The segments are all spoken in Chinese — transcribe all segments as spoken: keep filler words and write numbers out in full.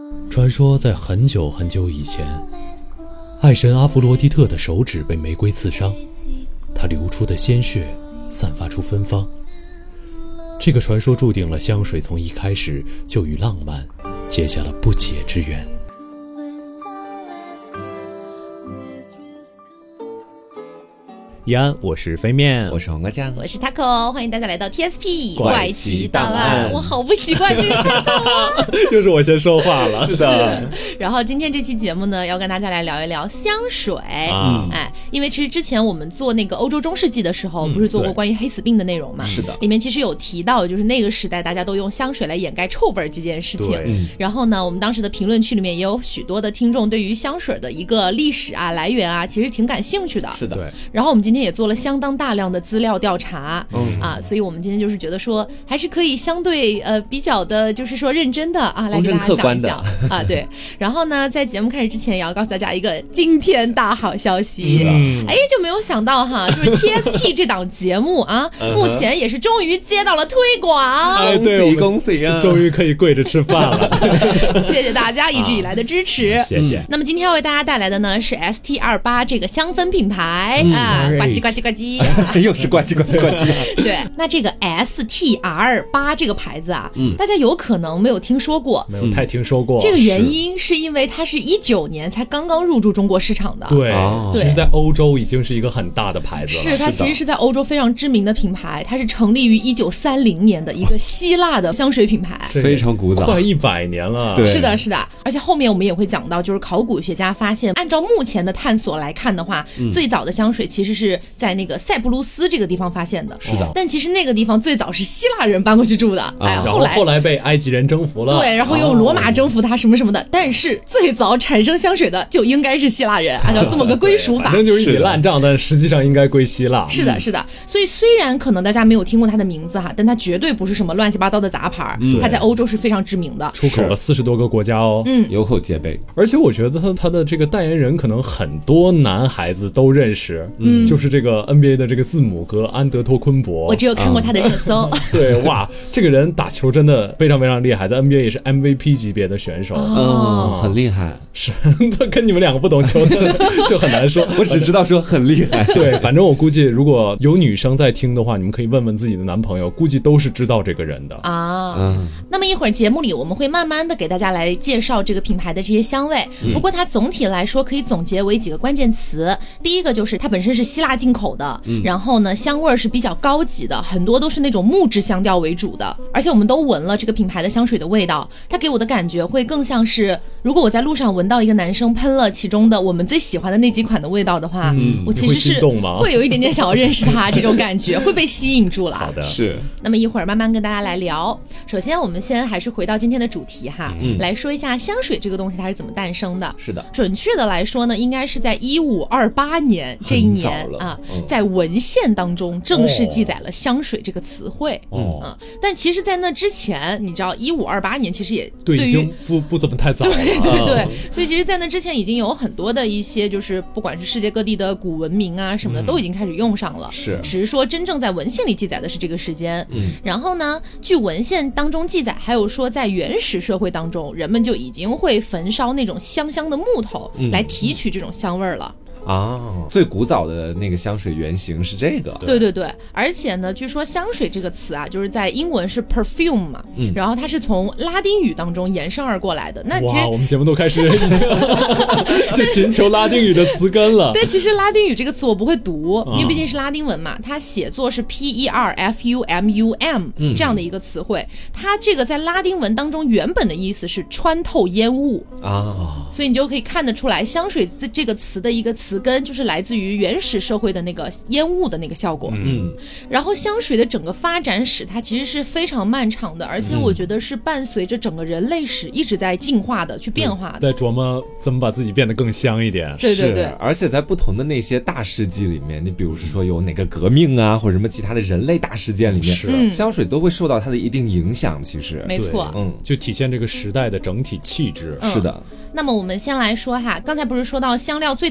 传说在很久很久以前，爱神阿弗罗狄特的手指被玫瑰刺伤，她流出的鲜血散发出芬芳。这个传说注定了香水从一开始就与浪漫结下了不解之缘。易安，我是飞面， 我是黄瓜酱， 我是 Taco， 欢迎大家来到 T S P 怪奇档案。 我好不习惯这个开头啊！ 又是我先说话了， 是的。 然后今天这期节目呢，要跟大家来聊一聊香水。 啊、 哎，因为其实之前我们做那个欧洲中世纪的时候，嗯、不是做过关于黑死病的内容嘛？ 是的。 里面其实有提到，就是那个时代大家都用香水来掩盖臭味这件事情。 嗯、 然后呢，我们当时的评论区里面也有许多的听众对于香水的一个历史啊、来源啊，其实挺感兴趣的。 是的。 对。 然后我们今天也做了相当大量的资料调查， 嗯啊，所以我们今天就是觉得说，还是可以相对呃比较的，就是说认真的啊，来给大家讲一讲啊，对。然后呢，在节目开始之前，也要告诉大家一个惊天大好消息， 嗯、 哎，就没有想到哈，就是 T S P 这档节目啊，目前也是终于接到了推广， 哎，对， 恭喜啊， 终于可以跪着吃饭了， 谢谢大家一直以来的支持， 啊、谢谢、嗯。 那么今天要为大家带来的呢是 S T 二十八 这个香氛品牌啊，呱唧呱唧呱唧。 又是呱唧呱唧呱唧。 对，那这个 S T 二十八 这个牌子啊、嗯，大家有可能没有听说过， 没有太听说过。 这个原因是因为它是一九年才刚刚入驻中国市场的。 对， 哦、 其实在欧洲已经是一个很大的牌子了。 是，它其实是在欧洲非常知名的品牌，它是成立于一九三零年的一个希腊的香水品牌， 非常古早， 快一百年了。 对， 是的，是的。而且后面我们也会讲到，就是考古学家发现，按照目前的探索来看的话，嗯、最早的香水其实是在那个塞浦路斯这个地方发现的。 是的。 但其实那个地方最早是希腊人搬过去住的，啊、哎， 后来后来被埃及人征服了， 对，然后用罗马征服它什么什么的。哦、但是最早产生香水的就应该是希腊人，按照这么个归属法， 反正就是一笔烂账，但实际上应该归希腊。 是的，是的。所以虽然可能大家没有听过它的名字哈，但它绝对不是什么乱七八糟的杂牌，嗯、它在欧洲是非常知名的， 出口了四十多个国家哦， 嗯， 有口皆碑。 而且我觉得他他的这个代言人可能很多男孩子都认识，嗯，就是这个 N B A 的这个字母哥安德托昆博。 我只有看过他的热搜。 嗯、对，哇，这个人打球真的非常非常厉害，在 N B A 也是 M V P 级别的选手， 嗯、哦，很厉害。 是，他跟你们两个不懂球的就很难说。 我只知道说很厉害。 对，反正我估计如果有女生在听的话，你们可以问问自己的男朋友，估计都是知道这个人的啊。嗯，那么一会儿节目里我们会慢慢的给大家来介绍这个品牌的这些香味，嗯、不过它总体来说可以总结为几个关键词。第一个就是它本身是希腊进口的，嗯、然后呢香味是比较高级的，很多都是那种木质香调为主的，而且我们都闻了这个品牌的香水的味道，它给我的感觉会更像是，如果我在路上闻到一个男生喷了其中的我们最喜欢的那几款的味道的话，嗯、我其实是会有一点点想要认识他，这种感觉会被吸引住了。 好的， 是。 那么一会儿慢慢跟大家来聊。首先我们先还是回到今天的主题哈， 嗯、 来说一下香水这个东西它是怎么诞生的。 是的， 准确的来说呢，应该是在一五二八年这一年啊、嗯，在文献当中正式记载了香水这个词汇。 哦， 嗯，但其实在那之前，你知道一五二八年其实也对，已经不不怎么太早了。 对对对，嗯、所以其实在那之前已经有很多的一些，就是不管是世界各地的古文明啊什么的，嗯、都已经开始用上了。 是， 只是说真正在文献里记载的是这个时间。 嗯， 然后呢，据文献当中记载，还有说在原始社会当中，人们就已经会焚烧那种香香的木头来提取这种香味了。 啊，最古早的那个香水原型是这个。 对对对，而且呢，据说香水这个词啊，就是在英文是 perfume 嘛，嗯、然后它是从拉丁语当中延伸而过来的。那其实哇，我们节目都开始已经去寻求拉丁语的词根了。 但其实拉丁语这个词我不会读，因为毕竟是拉丁文嘛，它写作是 P E R F U M U M、嗯、这样的一个词汇。它这个在拉丁文当中原本的意思是穿透烟雾啊， 所以你就可以看得出来，香水这个词的一个词根就是来自于原始社会的那个烟雾的那个效果。 嗯， 然后香水的整个发展史它其实是非常漫长的，而且我觉得是伴随着整个人类史一直在进化的去变化的， 在琢磨怎么把自己变得更香一点。 对对对， 而且在不同的那些大事记里面，你比如说有哪个革命啊，或者什么其他的人类大事件里面， 嗯、 香水都会受到它的一定影响。其实没错， 嗯， 就体现这个时代的整体气质。 嗯、 是的。 那么我们先来说哈，刚才不是说到香料最早是用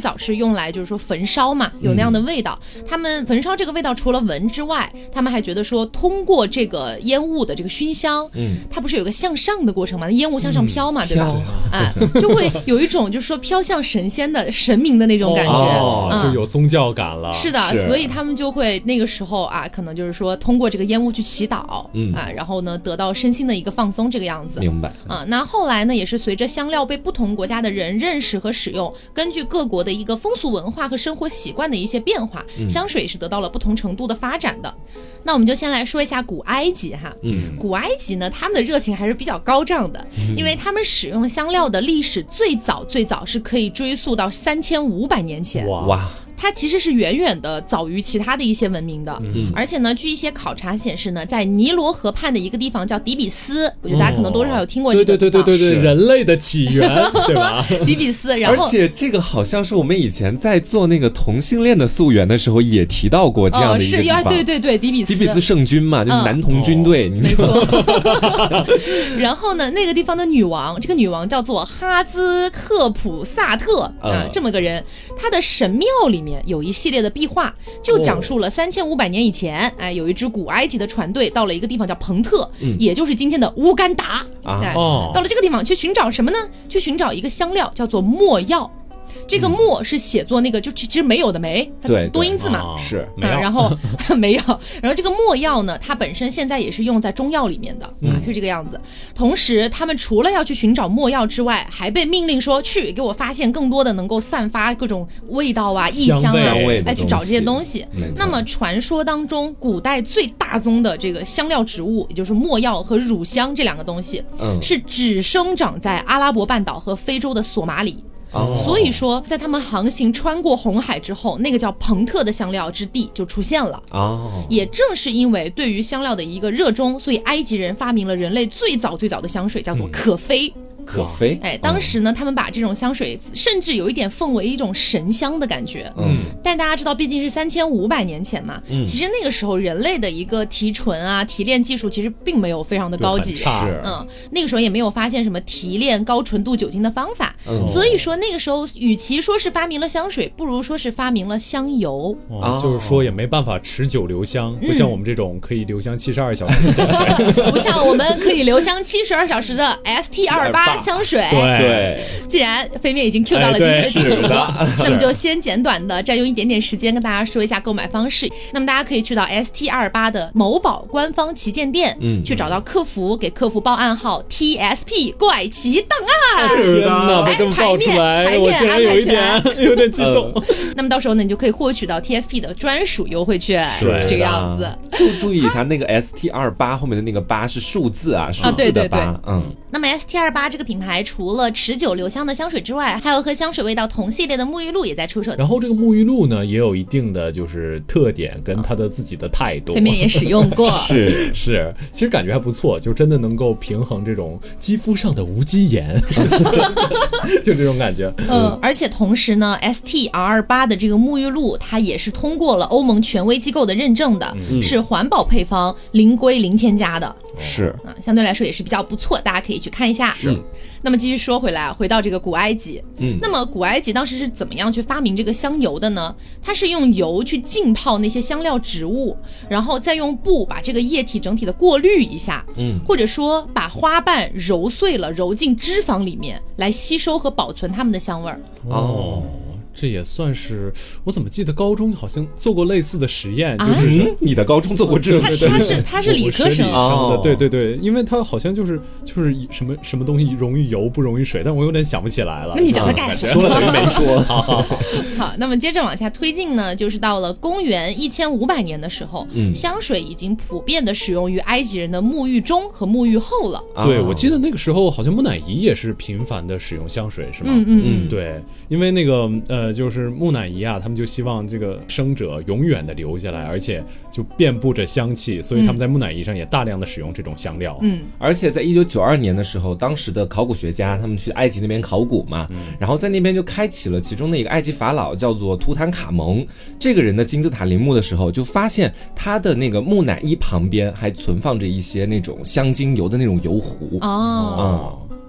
用来就是说焚烧嘛，有那样的味道、嗯、他们焚烧这个味道除了闻之外，他们还觉得说通过这个烟雾的这个熏香，嗯，它不是有个向上的过程嘛，烟雾向上飘嘛、嗯、对吧？哎，就会有一种就是说飘向神仙的神明的那种感觉， 哦，嗯、就有宗教感了。 是的，是，所以他们就会那个时候啊，可能就是说通过这个烟雾去祈祷，嗯啊，然后呢得到身心的一个放松，这个样子。 明白啊。那后来呢，也是随着香料被不同国家的人认识和使用，根据各国的一个风俗文化和生活习惯的一些变化，嗯、香水是得到了不同程度的发展的。那我们就先来说一下古埃及哈，嗯，古埃及呢，他们的热情还是比较高涨的，嗯、因为他们使用香料的历史最早最早是可以追溯到三千五百年前。 哇！ 它其实是远远的早于其他的一些文明的，嗯、而且呢，据一些考察显示呢，在尼罗河畔的一个地方叫底比斯，我觉得大家可能多少有听过这个地方， 对对对对对，人类的起源，对吧？ 底比斯，然后而且这个好像是我们以前在做那个同性恋的溯源的时候也提到过这样的一个地方， 哦、是，对对对，底比斯， 底比斯圣军嘛，就是男童军队， 嗯、没错。然后呢，那个地方的女王，这个女王叫做哈兹克普萨特啊、嗯呃，这么个人，她的神庙里面有一系列的壁画，就讲述了三千五百年以前，哎，有一支古埃及的船队到了一个地方叫彭特，嗯、也就是今天的乌干达，啊、哎哦、到了这个地方去寻找什么呢？去寻找一个香料，叫做没药。这个没是写作那个就其实没有的没， 对， 多音字嘛， 是、 嗯，然后没有，然后这个没药呢，它本身现在也是用在中药里面的，嗯、啊，是这个样子。同时，他们除了要去寻找没药之外，还被命令说去给我发现更多的能够散发各种味道啊、异香啊，来去找这些东西。那么传说当中，古代最大宗的这个香料植物，也就是没药和乳香这两个东西，嗯，是只生长在阿拉伯半岛和非洲的索马里。Oh. 所以说在他们航行穿过红海之后，那个叫彭特的香料之地就出现了。哦、oh. 也正是因为对于香料的一个热衷，所以埃及人发明了人类最早最早的香水，叫做可菲。嗯可菲， 哎，当时呢，他们把这种香水甚至有一点奉为一种神香的感觉。嗯，但大家知道，毕竟是三千五百年前嘛，嗯，其实那个时候人类的一个提纯啊、提炼技术其实并没有非常的高级， 是， 嗯，那个时候也没有发现什么提炼高纯度酒精的方法，嗯，所以说那个时候与其说是发明了香水，不如说是发明了香油。 哦，就是说也没办法持久留香，不像我们这种可以留香七十二小时的香水， 不像我们可以留香七十二小时的 S T 二十八。香水， 对， 既然飞面已经 Q 到了今天的金主播，那么就先简短的占用一点点时间跟大家说一下购买方式。那么大家可以去到 S T 二十八 的某宝官方旗舰店，嗯，去找到客服，给客服报暗号 T S P 怪奇档案。 是的，被这么报出来，我竟然有一点有点激动。 呃、那么到时候呢，你就可以获取到 T S P 的专属优惠券，是这个样子。 注注意一下，那个 S T 二十八 后面的那个八是数字啊，数字的八，啊、对对对嗯。 那么 S T 二十八 这个品牌除了持久留香的香水之外，还有和香水味道同系列的沐浴露也在出售。 然后这个沐浴露呢，也有一定的就是特点跟它的自己的态度。 对面也使用过， 是是，其实感觉还不错，就真的能够平衡这种肌肤上的无机盐，就这种感觉。 嗯，而且同时呢 ，S T 二十八 的这个沐浴露，它也是通过了欧盟权威机构的认证的，嗯、是环保配方，零硅零添加的。 是啊，相对来说也是比较不错，大家可以去看一下。 是。 那么继续说回来，回到这个古埃及，嗯，那么古埃及当时是怎么样去发明这个香油的呢？它是用油去浸泡那些香料植物，然后再用布把这个液体整体的过滤一下，嗯，或者说把花瓣揉碎了，揉进脂肪里面来吸收和保存它们的香味儿。 哦。这也算是，我怎么记得高中好像做过类似的实验，就是、 啊、你的高中做过这个？ 他他是他是理科生， 生的，对对对，因为他好像就是就是什么什么东西溶于油不溶于水，但我有点想不起来了。 那你讲的干什么？ 说了等于没说。 好好好。 好，那么接着往下推进呢，就是到了公元一千五百年的时候，嗯，香水已经普遍的使用于埃及人的沐浴中和沐浴后了。 对，我记得那个时候好像木乃伊也是频繁的使用香水，是吗？ 嗯嗯嗯， 对，因为那个呃。就是木乃伊啊，他们就希望这个生者永远的留下来，而且就遍布着香气，所以他们在木乃伊上也大量的使用这种香料。 嗯， 而且在一九九二年的时候，当时的考古学家他们去埃及那边考古嘛，嗯、然后在那边就开启了其中的一个埃及法老叫做图坦卡蒙这个人的金字塔陵墓的时候，就发现他的那个木乃伊旁边还存放着一些那种香精油的那种油壶。 哦。 嗯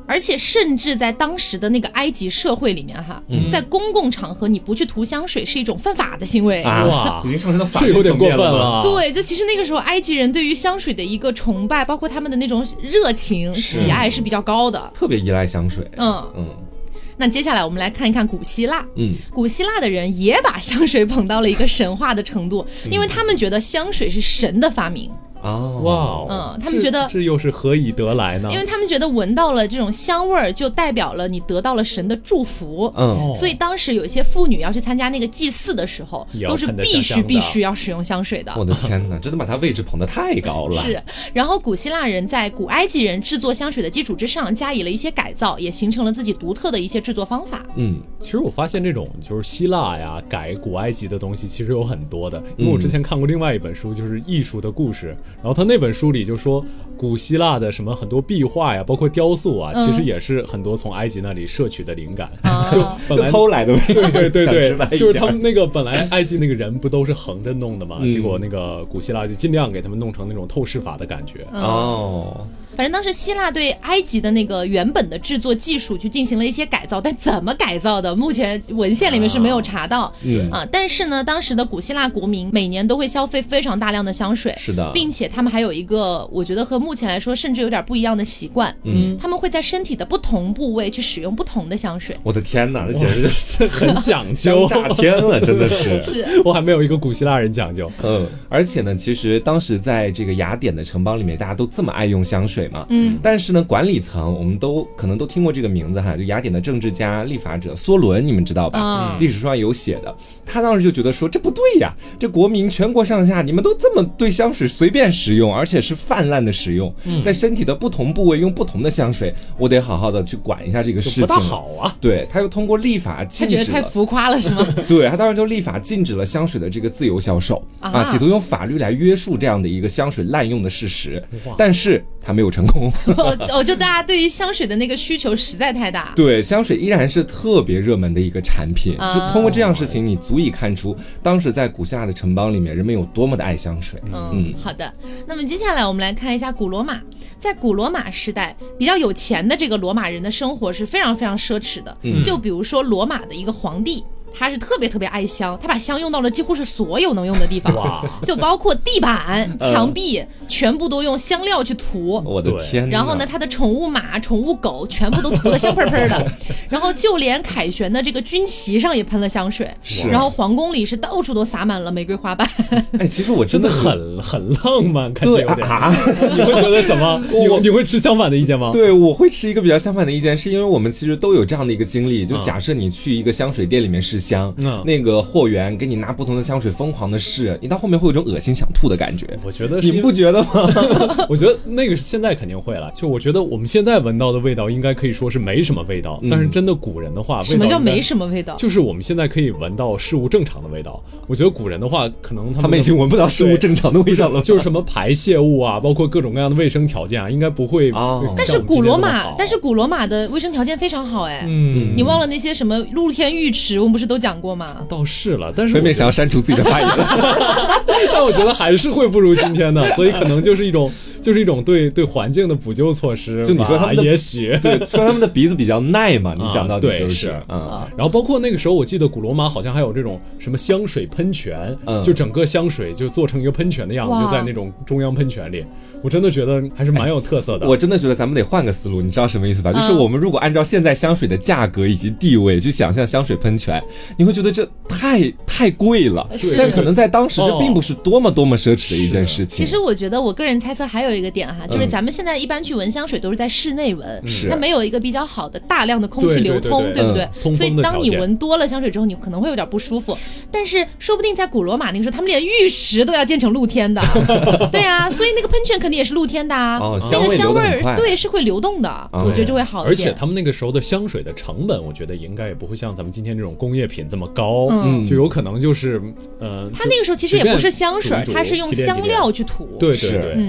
而且甚至在当时的那个埃及社会里面哈， 嗯、 在公共场合你不去涂香水是一种犯法的行为啊， 哇， 已经上升到法律这有点过分了了。 对，就其实那个时候埃及人对于香水的一个崇拜，包括他们的那种热情喜爱是比较高的， 特别依赖香水。 嗯嗯。 那接下来我们来看一看古希腊， 嗯， 古希腊的人也把香水捧到了一个神话的程度，因为他们觉得香水是神的发明。 哦， 哇， 嗯，他们觉得这, 这又是何以得来呢？ 因为他们觉得闻到了这种香味儿，就代表了你得到了神的祝福。 嗯， 所以当时有一些妇女要去参加那个祭祀的时候，都是必须必须要使用香水的。 我的天哪，真的把它位置捧得太高了。 是，然后古希腊人在古埃及人制作香水的基础之上，加以了一些改造，也形成了自己独特的一些制作方法。 嗯， 其实我发现这种就是希腊呀改古埃及的东西，其实有很多的。因为我之前看过另外一本书，就是艺术的故事，然后他那本书里就说古希腊的什么很多壁画呀，包括雕塑啊，嗯、其实也是很多从埃及那里摄取的灵感， 啊、 就本来偷来的。 对对对对，就是他们那个本来埃及那个人不都是横着弄的嘛，嗯、结果那个古希腊就尽量给他们弄成那种透视法的感觉。 嗯、 哦。 反正当时希腊对埃及的那个原本的制作技术去进行了一些改造，但怎么改造的，目前文献里面是没有查到。 嗯啊，但是呢，当时的古希腊国民每年都会消费非常大量的香水， 是的， 并且他们还有一个我觉得和目前来说甚至有点不一样的习惯，嗯，他们会在身体的不同部位去使用不同的香水。 我的天哪，那简直是很讲究， 炸天了，真的是。 是我还没有一个古希腊人讲究。 嗯，而且呢，其实当时在这个雅典的城邦里面，大家都这么爱用香水嘛， 嗯， 但是呢，管理层我们都可能都听过这个名字哈，就雅典的政治家、立法者梭伦，你们知道吧？ 嗯、 历史书上有写的。他当时就觉得说，这不对呀，这国民全国上下你们都这么对香水随便使用，而且是泛滥的使用，嗯、在身体的不同部位用不同的香水，我得好好的去管一下这个事情。 不大好啊。 对，他又通过立法禁止了， 他觉得太浮夸了是吗？ 对，他当时就立法禁止了香水的这个自由销售啊, 啊，企图用法律来约束这样的一个香水滥用的事实，但是他没有成功。 哦，就大家对于香水的那个需求实在太大。 对，香水依然是特别热门的一个产品，啊、就通过这样事情，你足以看出当时在古希腊的城邦里面，人们有多么的爱香水。 嗯，嗯好的。那么接下来我们来看一下古罗马。在古罗马时代，比较有钱的这个罗马人的生活是非常非常奢侈的。嗯、就比如说罗马的一个皇帝。他是特别特别爱香，他把香用到了几乎是所有能用的地方，就包括地板、墙壁，全部都用香料去涂。 我的天！ 然后呢，他的宠物马、宠物狗全部都涂得香喷喷的。然后就连凯旋的这个军旗上也喷了香水。然后皇宫里是到处都洒满了玫瑰花瓣。 哎，其实我真的很很浪漫，感觉有点。 啊、 你会觉得什么？你你会持相反的意见吗？ 对，我会持一个比较相反的意见，是因为我们其实都有这样的一个经历。就假设你去一个香水店里面试香，嗯、那个货源给你拿不同的香水疯狂的试，你到后面会有一种恶心想吐的感觉。 我觉得你不觉得吗？ 我觉得那个现在肯定会了。就我觉得我们现在闻到的味道应该可以说是没什么味道，嗯、但是真的古人的话， 什么叫没什么味道？ 就是我们现在可以闻到事物正常的味道。我觉得古人的话，可能他们他们已经闻不到事物正常的味道了， 就是什么排泄物啊，包括各种各样的卫生条件啊，应该不会。 哦、 但是古罗马，但是古罗马的卫生条件非常好哎。嗯，你忘了那些什么露天浴池，我们不是都讲过吗？ 倒是了，但是北美想要删除自己的发言， 但我觉得还是会不如今天的，所以可能就是一种就是一种对对环境的补救措施。 就你说他们的也许对说他们的鼻子比较耐嘛，你讲到底就是， 啊、嗯，啊、然后包括那个时候我记得古罗马好像还有这种什么香水喷泉，嗯、就整个香水就做成一个喷泉的样子，就在那种中央喷泉里，我真的觉得还是蛮有特色的。 哎、我真的觉得咱们得换个思路，你知道什么意思吧？嗯、就是我们如果按照现在香水的价格以及地位去想象香水喷泉，你会觉得这太太贵了，但可能在当时这并不是多么多么奢侈的一件事情。 其实我觉得我个人猜测还有一个点哈，就是咱们现在一般去闻香水都是在室内闻，嗯、它没有一个比较好的大量的空气流通， 对, 对, 对, 对, 对不对？嗯、所以当你闻多了香水之后，你可能会有点不舒服。但是说不定在古罗马那个时候，他们连浴池都要建成露天的，对啊，所以那个喷泉肯定也是露天的啊， 哦、 那个香味儿对是会流动的，哦、我觉得就会好一点。 而且他们那个时候的香水的成本，我觉得应该也不会像咱们今天这种工业品这么高， 嗯、 就有可能就是呃， 他那个时候其实也不是香水，他是用香料去涂。 对对对， 嗯， 而且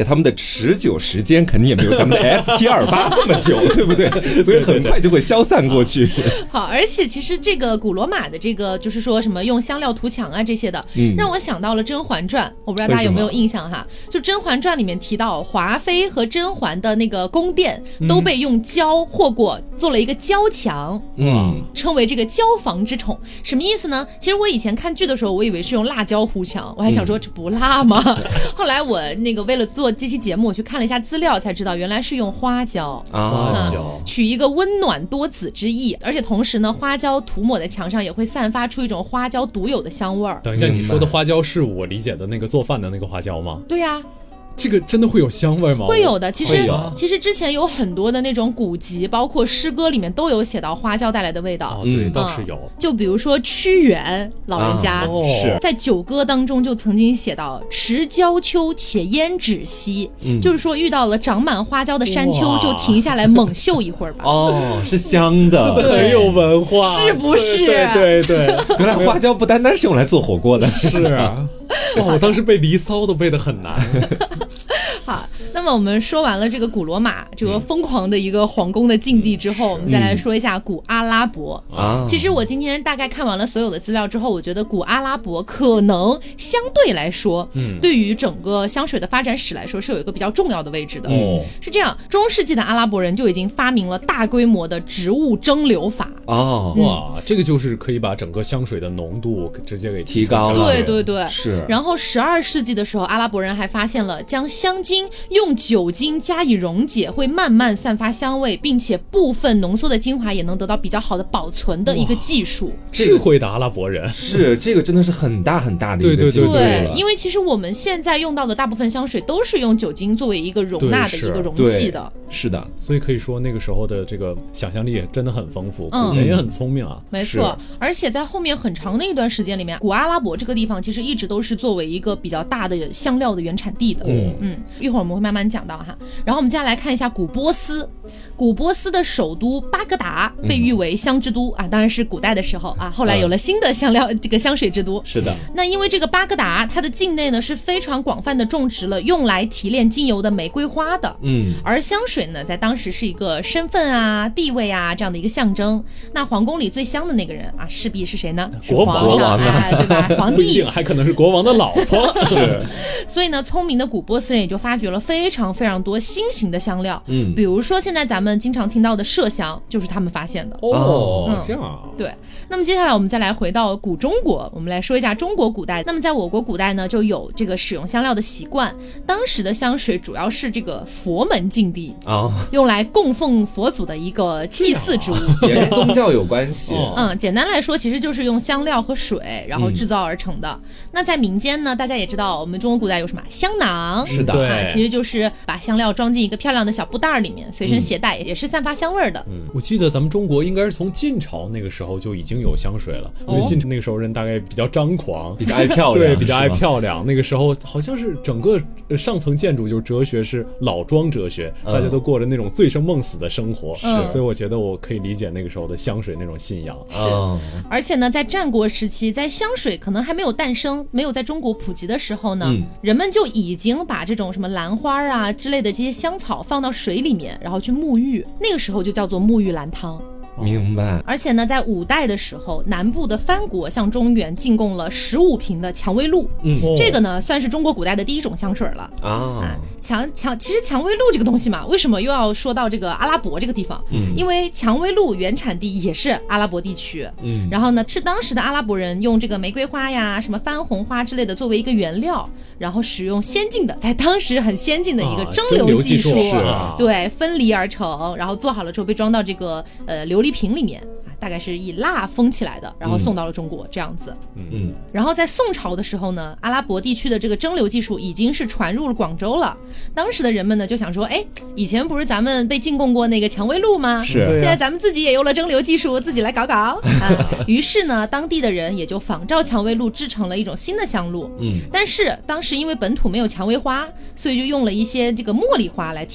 且他们的持久时间肯定也没有咱们的 S T 二十八 这么久，对不对？所以很快就会消散过去。 好，而且其实这个古罗马的这个就是说什么用香料涂墙啊这些的，嗯，让我想到了《甄嬛传》，我不知道大家有没有印象哈？就《甄嬛传》里面提到华妃和甄嬛的那个宫殿都被用胶和过做了一个胶墙，嗯，称为这个胶房之宠。什么意思呢？其实我以前看剧的时候，我以为是用辣椒糊墙，我还想说这不辣吗？嗯、后来我那个为了做这期节目，我去看了一下资料，才知道原来是用花椒啊， 嗯、取一个温暖多子之意，而且同时呢，花椒涂抹在墙上也会散发出一种花椒独有的香味儿。 等一下，你说的花椒是我理解的那个做饭的那个花椒吗？ 对呀、啊。 这个真的会有香味吗？ 会有的。其实其实之前有很多的那种古籍，包括诗歌里面都有写到花椒带来的味道。 哦，对，嗯、倒是有。 就比如说屈原老人家、啊哦、在九歌当中就曾经写到持椒丘且胭脂兮、嗯、就是说遇到了长满花椒的山丘就停下来猛嗅一会儿吧。 哦，是香的， 真的很有文化， 是不是？ 对对 对, 对原来花椒不单单是用来做火锅的。 是啊。哇，我当时背离骚都背得很难。 好，那么我们说完了这个古罗马这个疯狂的一个皇宫的境地之后、嗯、我们再来说一下古阿拉伯、嗯、其实我今天大概看完了所有的资料之后，我觉得古阿拉伯可能相对来说、嗯、对于整个香水的发展史来说是有一个比较重要的位置的、嗯、是这样，中世纪的阿拉伯人就已经发明了大规模的植物蒸馏法。 哦、嗯、哇，这个就是可以把整个香水的浓度直接给提高了。 对对对， 是。 然后十二世纪的时候，阿拉伯人还发现了将香精用酒精加以溶解会慢慢散发香味，并且部分浓缩的精华也能得到比较好的保存的一个技术。 智慧的阿拉伯人， 是这个真的是很大很大的一个技术。 对对对对，因为其实我们现在用到的大部分香水都是用酒精作为一个容纳的一个容器的。 是的， 所以可以说那个时候的这个想象力也真的很丰富，古人也很聪明啊。 没错，而且在后面很长的一段时间里面，古阿拉伯这个地方其实一直都是作为一个比较大的香料的原产地的。嗯嗯，一会儿我们会慢慢讲到哈。然后我们接下来看一下古波斯，古波斯的首都巴格达被誉为香之都、嗯、啊，当然是古代的时候啊，后来有了新的香料、嗯、这个香水之都。 是的。 那因为这个巴格达它的境内呢是非常广泛的种植了用来提炼精油的玫瑰花的。嗯，而香水呢在当时是一个身份啊地位啊这样的一个象征。那皇宫里最香的那个人啊势必是谁呢？ 国王， 是皇上、啊哎、对吧？皇帝还可能是国王的老婆。是。所以呢聪明的古波斯人也就发掘了非常非常多新型的香料。嗯，比如说现在咱们经常听到的麝香就是他们发现的。 哦、嗯、这样啊。 对，那么接下来我们再来回到古中国，我们来说一下中国古代。那么在我国古代呢就有这个使用香料的习惯，当时的香水主要是这个佛门禁地、哦、用来供奉佛祖的一个祭祀之物， 也跟宗教有关系。 嗯，简单来说其实就是用香料和水然后制造而成的、嗯、那在民间呢大家也知道我们中国古代有什么香囊。 是的、 啊、其实就是把香料装进一个漂亮的小布袋里面随身携带、嗯、也是散发香味的。 嗯，我记得咱们中国应该是从晋朝那个时候就已经有香水了、哦、因为晋朝那个时候人大概比较张狂， 比较爱漂亮。 对，比较爱漂亮。那个时候好像是整个上层建筑就是哲学是老庄哲学、嗯、大家都过着那种醉生梦死的生活。是、嗯，所以我觉得我可以理解那个时候的香水那种信仰。 是、嗯，而且呢在战国时期，在香水可能还没有诞生没有在中国普及的时候呢、嗯、人们就已经把这种什么兰花啊之类的这些香草放到水里面然后去沐浴，那个时候就叫做沐浴兰汤。 明白。 而且呢在五代的时候，南部的藩国向中原进贡了十五瓶的蔷薇露。嗯，这个呢算是中国古代的第一种香水了啊。啊蔷蔷其实蔷薇露这个东西嘛，为什么又要说到这个阿拉伯这个地方？嗯，因为蔷薇露原产地也是阿拉伯地区。嗯，然后呢是当时的阿拉伯人用这个玫瑰花呀什么番红花之类的作为一个原料，然后使用先进的在当时很先进的一个蒸馏技术、啊、对，分离而成，然后做好了之后被装到这个呃琉璃瓶里面，大概是以蜡封起来的，然后送到了中国、嗯、这样子。嗯，然后在宋朝的时候呢，阿拉伯地区的这个蒸馏技术已经是传入了广州了。当时的人们呢就想说，哎，以前不是咱们被进贡过那个蔷薇露吗？ 是， 现在咱们自己也有了蒸馏技术，自己来搞搞啊。于是呢，当地的人也就仿照蔷薇露制成了一种新的香露。嗯，但是当时因为本土没有蔷薇花，所以就用了一些这个茉莉花来替代。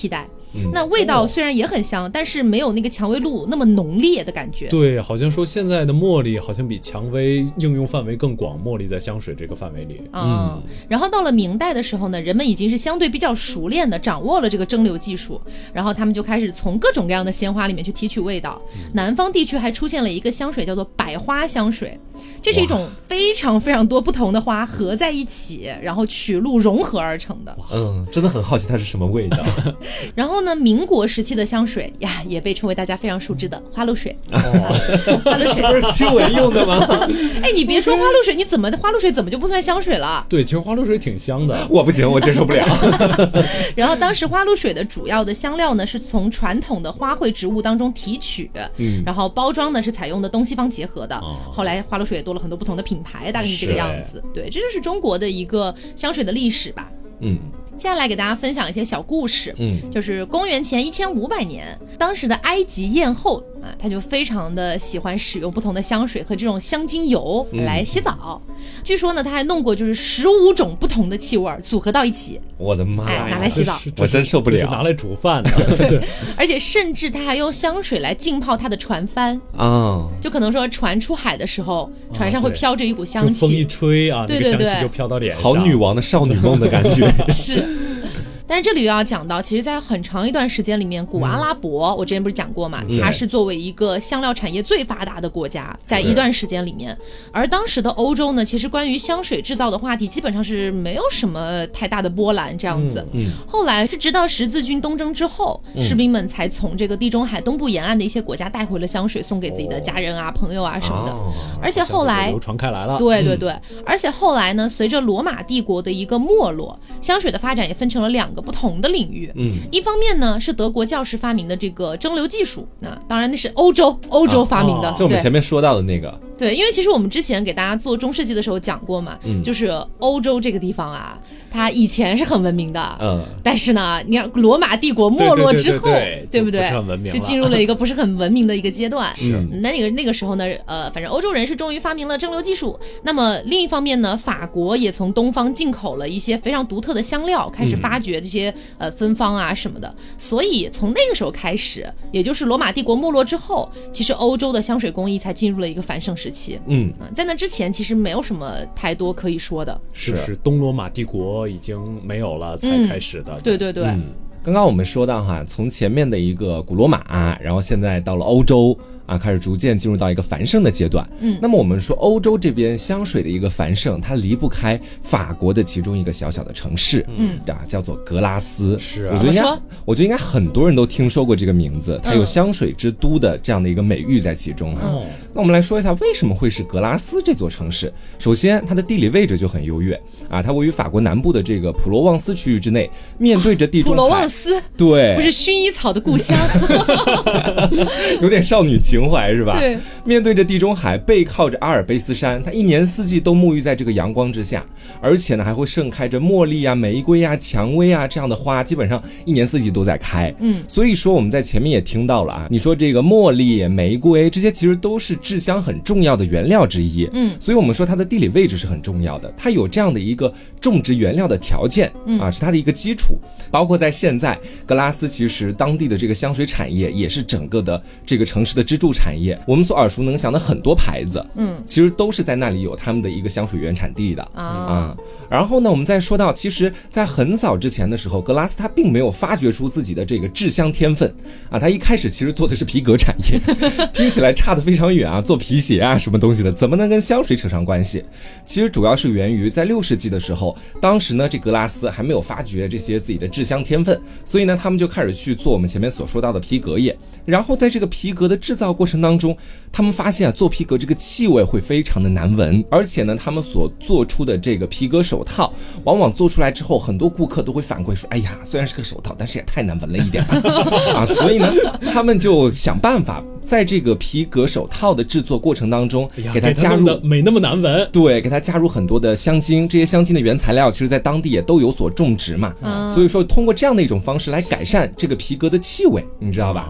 嗯、那味道虽然也很香，但是没有那个蔷薇露那么浓烈的感觉。 对，好像说现在的茉莉好像比蔷薇应用范围更广，茉莉在香水这个范围里。 嗯，然后到了明代的时候呢，人们已经是相对比较熟练的掌握了这个蒸馏技术，然后他们就开始从各种各样的鲜花里面去提取味道。嗯、南方地区还出现了一个香水叫做百花香水，这是一种非常非常多不同的花合在一起，然后取露融合而成的。 嗯，真的很好奇它是什么味道。 然后呢，民国时期的香水呀，也被称为大家非常熟知的花露水。哦、花露水不是驱蚊用的吗？ 哎，你别说花露水，你怎么花露水怎么就不算香水了？ 对，其实花露水挺香的。 我不行，我接受不了。 然后当时花露水的主要的香料呢，是从传统的花卉植物当中提取，嗯，然后包装呢是采用的东西方结合的。哦、后来花露水也多了很多不同的品牌，大概是这个样子。对，这就是中国的一个香水的历史吧。嗯。接下来给大家分享一些小故事，嗯，就是公元前一千五百年，当时的埃及艳后啊，她就非常的喜欢使用不同的香水和这种香精油来洗澡。嗯、据说呢，她还弄过就是十五种不同的气味组合到一起， 我的妈呀， 哎，拿来洗澡， 我真受不了。 拿来煮饭的， 对，而且甚至她还用香水来浸泡她的船帆啊，就可能说船出海的时候，船上会飘着一股香气， 风一吹啊， 对对对， 那个香气就飘到脸上， 好女王的少女梦的感觉， 是。但是这里又要讲到，其实在很长一段时间里面，古阿拉伯、嗯、我之前不是讲过嘛，它是作为一个香料产业最发达的国家，在一段时间里面。而当时的欧洲呢，其实关于香水制造的话题基本上是没有什么太大的波澜这样子。嗯嗯、后来是直到十字军东征之后，嗯、士兵们才从这个地中海东部沿岸的一些国家带回了香水，送给自己的家人啊、哦、朋友啊什么的。哦、而且后来流传开来了。 对对对，嗯、而且后来呢，随着罗马帝国的一个没落，香水的发展也分成了两个不同的领域。嗯，一方面呢是德国教士发明的这个蒸馏技术，那当然那是欧洲欧洲发明的， 啊哦、就我们前面说到的那个。 对，因为其实我们之前给大家做中世纪的时候讲过嘛，嗯、就是欧洲这个地方啊，它以前是很文明的，嗯，但是呢，你看罗马帝国没落之后， 对, 对, 对, 对, 对, 对, 对, 对不对？ 就不是很文明了， 就进入了一个不是很文明的一个阶段。 是， 嗯、那个那个时候呢，呃，反正欧洲人是终于发明了蒸馏技术。那么另一方面呢，法国也从东方进口了一些非常独特的香料，开始发掘这些、嗯、呃芬芳啊什么的。所以从那个时候开始，也就是罗马帝国没落之后，其实欧洲的香水工艺才进入了一个繁盛时期。嗯。在那之前其实没有什么太多可以说的， 是是东罗马帝国已经没有了才开始的。 嗯、对对对、嗯， 刚刚我们说到哈，从前面的一个古罗马，然后现在到了欧洲啊，开始逐渐进入到一个繁盛的阶段。嗯，那么我们说欧洲这边香水的一个繁盛，它离不开法国的其中一个小小的城市，嗯，啊，叫做格拉斯。 是啊， 我觉得应该，我觉得应该很多人都听说过这个名字，它有香水之都的这样的一个美誉在其中啊。嗯、那我们来说一下为什么会是格拉斯这座城市。首先，它的地理位置就很优越啊，它位于法国南部的这个普罗旺斯区域之内，面对着地中海。 普罗旺斯， 对， 不是薰衣草的故乡， 有点少女情怀是吧？ 对， 面对着地中海，背靠着阿尔卑斯山，它一年四季都沐浴在这个阳光之下，而且呢还会盛开着茉莉啊、玫瑰啊、蔷薇啊这样的花，基本上一年四季都在开。嗯，所以说我们在前面也听到了啊，你说这个茉莉、玫瑰这些其实都是制香很重要的原料之一。嗯，所以我们说它的地理位置是很重要的，它有这样的一个种植原料的条件啊，是它的一个基础。包括在现在格拉斯，其实当地的这个香水产业也是整个的这个城市的支柱产业。我们所耳熟能详的很多牌子，嗯，其实都是在那里有他们的一个香水原产地的啊。啊然后呢，我们再说到，其实，在很早之前的时候，格拉斯它并没有发掘出自己的这个制香天分啊。它一开始其实做的是皮革产业，听起来差得非常远啊，做皮鞋啊什么东西的，怎么能跟香水扯上关系？其实主要是源于在六世纪的时候，当时呢，这格拉斯还没有发掘这些自己的制香天分，所以呢，他们就开始去做我们前面所说到的皮革业。然后在这个皮革的制造过程当中，他们发现啊，做皮革这个气味会非常的难闻，而且呢，他们所做出的这个皮革手套，往往做出来之后，很多顾客都会反馈说，哎呀，虽然是个手套，但是也太难闻了一点啊。所以呢，他们就想办法在这个皮革手套的制作过程当中， 哎、 给它加入没那么难闻， 对，给它加入很多的香精，这些香精的原材料其实在当地也都有所种植嘛，嗯、所以说通过这样的一种方式来改善这个皮革的气味，你知道吧？嗯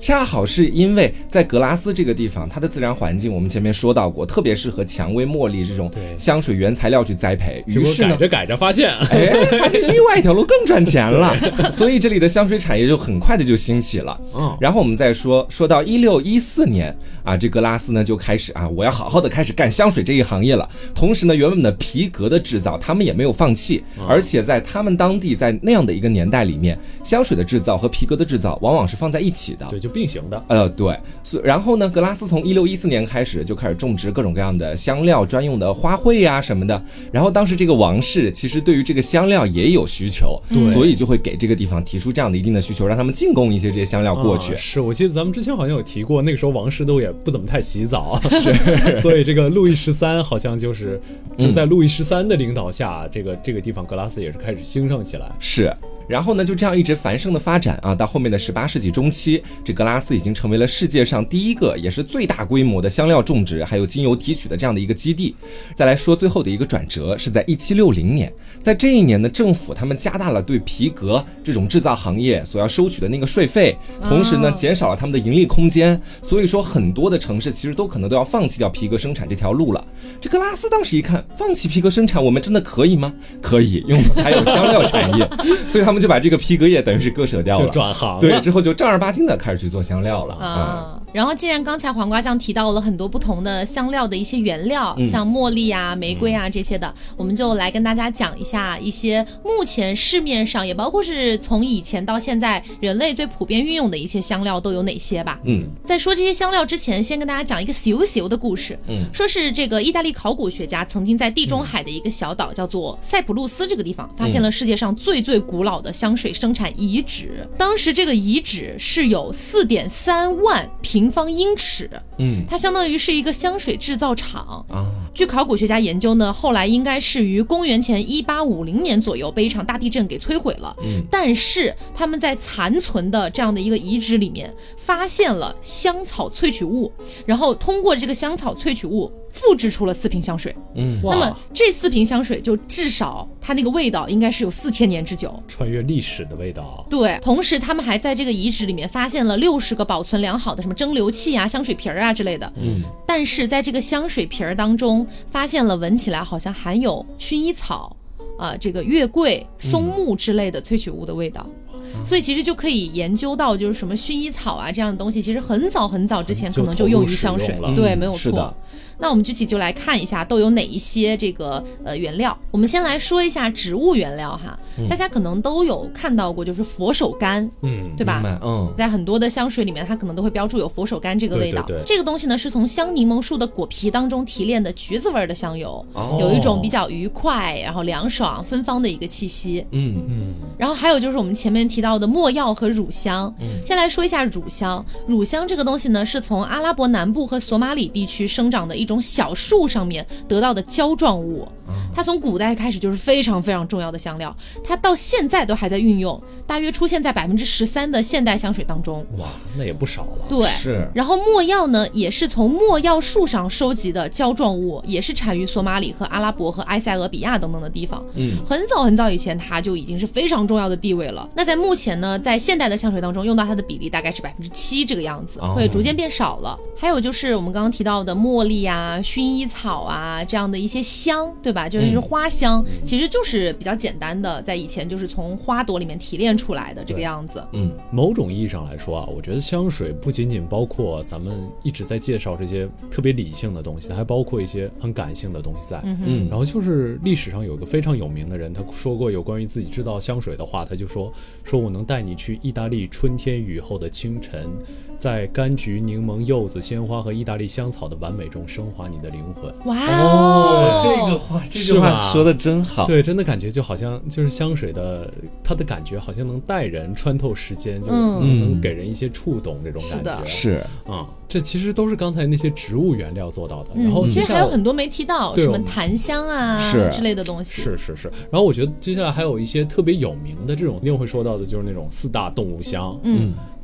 恰好是因为在格拉斯这个地方，它的自然环境我们前面说到过，特别适合蔷薇、茉莉这种香水原材料去栽培。于是呢， 改着改着发现， 哎，发现另外一条路更赚钱了，所以这里的香水产业就很快的就兴起了。嗯，然后我们再说，说到一六一四年啊，这格拉斯呢就开始啊，我要好好的开始干香水这一行业了。同时呢，原本的皮革的制造他们也没有放弃，而且在他们当地在那样的一个年代里面，香水的制造和皮革的制造往往是放在一起的， 对，就并行的。 呃，对，然后呢，格拉斯从一六一四年开始就开始种植各种各样的香料专用的花卉呀、啊、什么的。然后当时这个王室其实对于这个香料也有需求，所以就会给这个地方提出这样的一定的需求，让他们进贡一些这些香料过去。 啊、是我记得咱们之前好像有提过，那个时候王室都也不怎么太洗澡，是，所以这个路易十三好像就是就在路易十三的领导下，嗯、这个这个地方格拉斯也是开始兴盛起来。 是。然后呢，就这样一直繁盛的发展啊，到后面的十八世纪中期，这格拉斯已经成为了世界上第一个也是最大规模的香料种植还有精油提取的这样的一个基地。再来说最后的一个转折是在一七六零年，在这一年呢，政府他们加大了对皮革这种制造行业所要收取的那个税费，同时呢，减少了他们的盈利空间，所以说很多的城市其实都可能都要放弃掉皮革生产这条路了。这格拉斯当时一看，放弃皮革生产，我们真的可以吗？可以，用的还有香料产业，所以他们就把这个皮革业等于是割舍掉了， 就转行了。 对，之后就正儿八经的开始去做香料了啊。嗯、然后既然刚才黄瓜酱提到了很多不同的香料的一些原料， 嗯、 像茉莉啊、玫瑰啊这些的，我们就来跟大家讲一下一些目前市面上，也包括是从以前到现在人类最普遍运用的一些香料都有哪些吧。 嗯， 在说这些香料之前，先跟大家讲一个小小的故事。 嗯， 说是这个意大利考古学家曾经在地中海的一个小岛叫做塞浦路斯这个地方，发现了世界上最最古老的香水生产遗址。当时这个遗址是有 四点三万平方英尺， 嗯， 它相当于是一个香水制造厂啊。 据考古学家研究呢，后来应该是于公元前一八五零年左右被一场大地震给摧毁了。 嗯， 但是他们在残存的这样的一个遗址里面发现了香草萃取物，然后通过这个香草萃取物复制出了四瓶香水。 嗯， 那么这四瓶香水就至少它那个味道应该是有四千年之久， 穿越历史的味道。 对，同时他们还在这个遗址里面发现了六十个保存良好的什么蒸馏器啊、香水瓶啊之类的。 嗯， 但是在这个香水瓶当中发现了闻起来好像含有薰衣草啊、呃、这个月桂、松木之类的萃取物的味道。嗯，所以其实就可以研究到，就是什么薰衣草啊这样的东西，其实很早很早之前可能就用于香水，对，没有错。那我们具体就来看一下都有哪一些这个呃原料。我们先来说一下植物原料哈，嗯、大家可能都有看到过，就是佛手柑，嗯，对吧？ 嗯， 在很多的香水里面，它可能都会标注有佛手柑这个味道。 对对对， 这个东西呢是从香柠檬树的果皮当中提炼的橘子味的香油，哦、有一种比较愉快、然后凉爽、芬芳的一个气息。 嗯嗯。 然后还有就是我们前面提到的没药和乳香。嗯，先来说一下乳香。乳香这个东西呢，是从阿拉伯南部和索马里地区生长的一种小树上面得到的胶状物，它从古代开始就是非常非常重要的香料，它到现在都还在运用，大约出现在百分之十三的现代香水当中。 哇，那也不少了。 对， 是。 然后没药呢，也是从没药树上收集的胶状物，也是产于索马里和阿拉伯和埃塞俄比亚等等的地方。 嗯， 很早很早以前，它就已经是非常重要的地位了。那在目前呢，在现代的香水当中，用到它的比例大概是百分之七这个样子，会逐渐变少了。哦、还有就是我们刚刚提到的茉莉啊、薰衣草啊这样的一些香，对吧？就是花香，嗯、其实就是比较简单的，在以前就是从花朵里面提炼出来的这个样子。 嗯，某种意义上来说啊，我觉得香水不仅仅包括咱们一直在介绍这些特别理性的东西，它还包括一些很感性的东西在。 嗯， 然后就是历史上有个非常有名的人，他说过有关于自己制造香水的话，他就说说我能带你去意大利春天雨后的清晨，在柑橘、柠檬、柚子、鲜花和意大利香草的完美中升华你的灵魂。 哇哦，这个话这句话说的真好。 对，真的感觉就好像就是香水的，它的感觉好像能带人穿透时间，就能、嗯、能给人一些触动这种感觉。 是啊、嗯，这其实都是刚才那些植物原料做到的。 嗯、 然后其实还有很多没提到，什么檀香啊之类的东西。 是是是。然后我觉得接下来还有一些特别有名的这种一定会说到的，就是那种四大动物香。 嗯。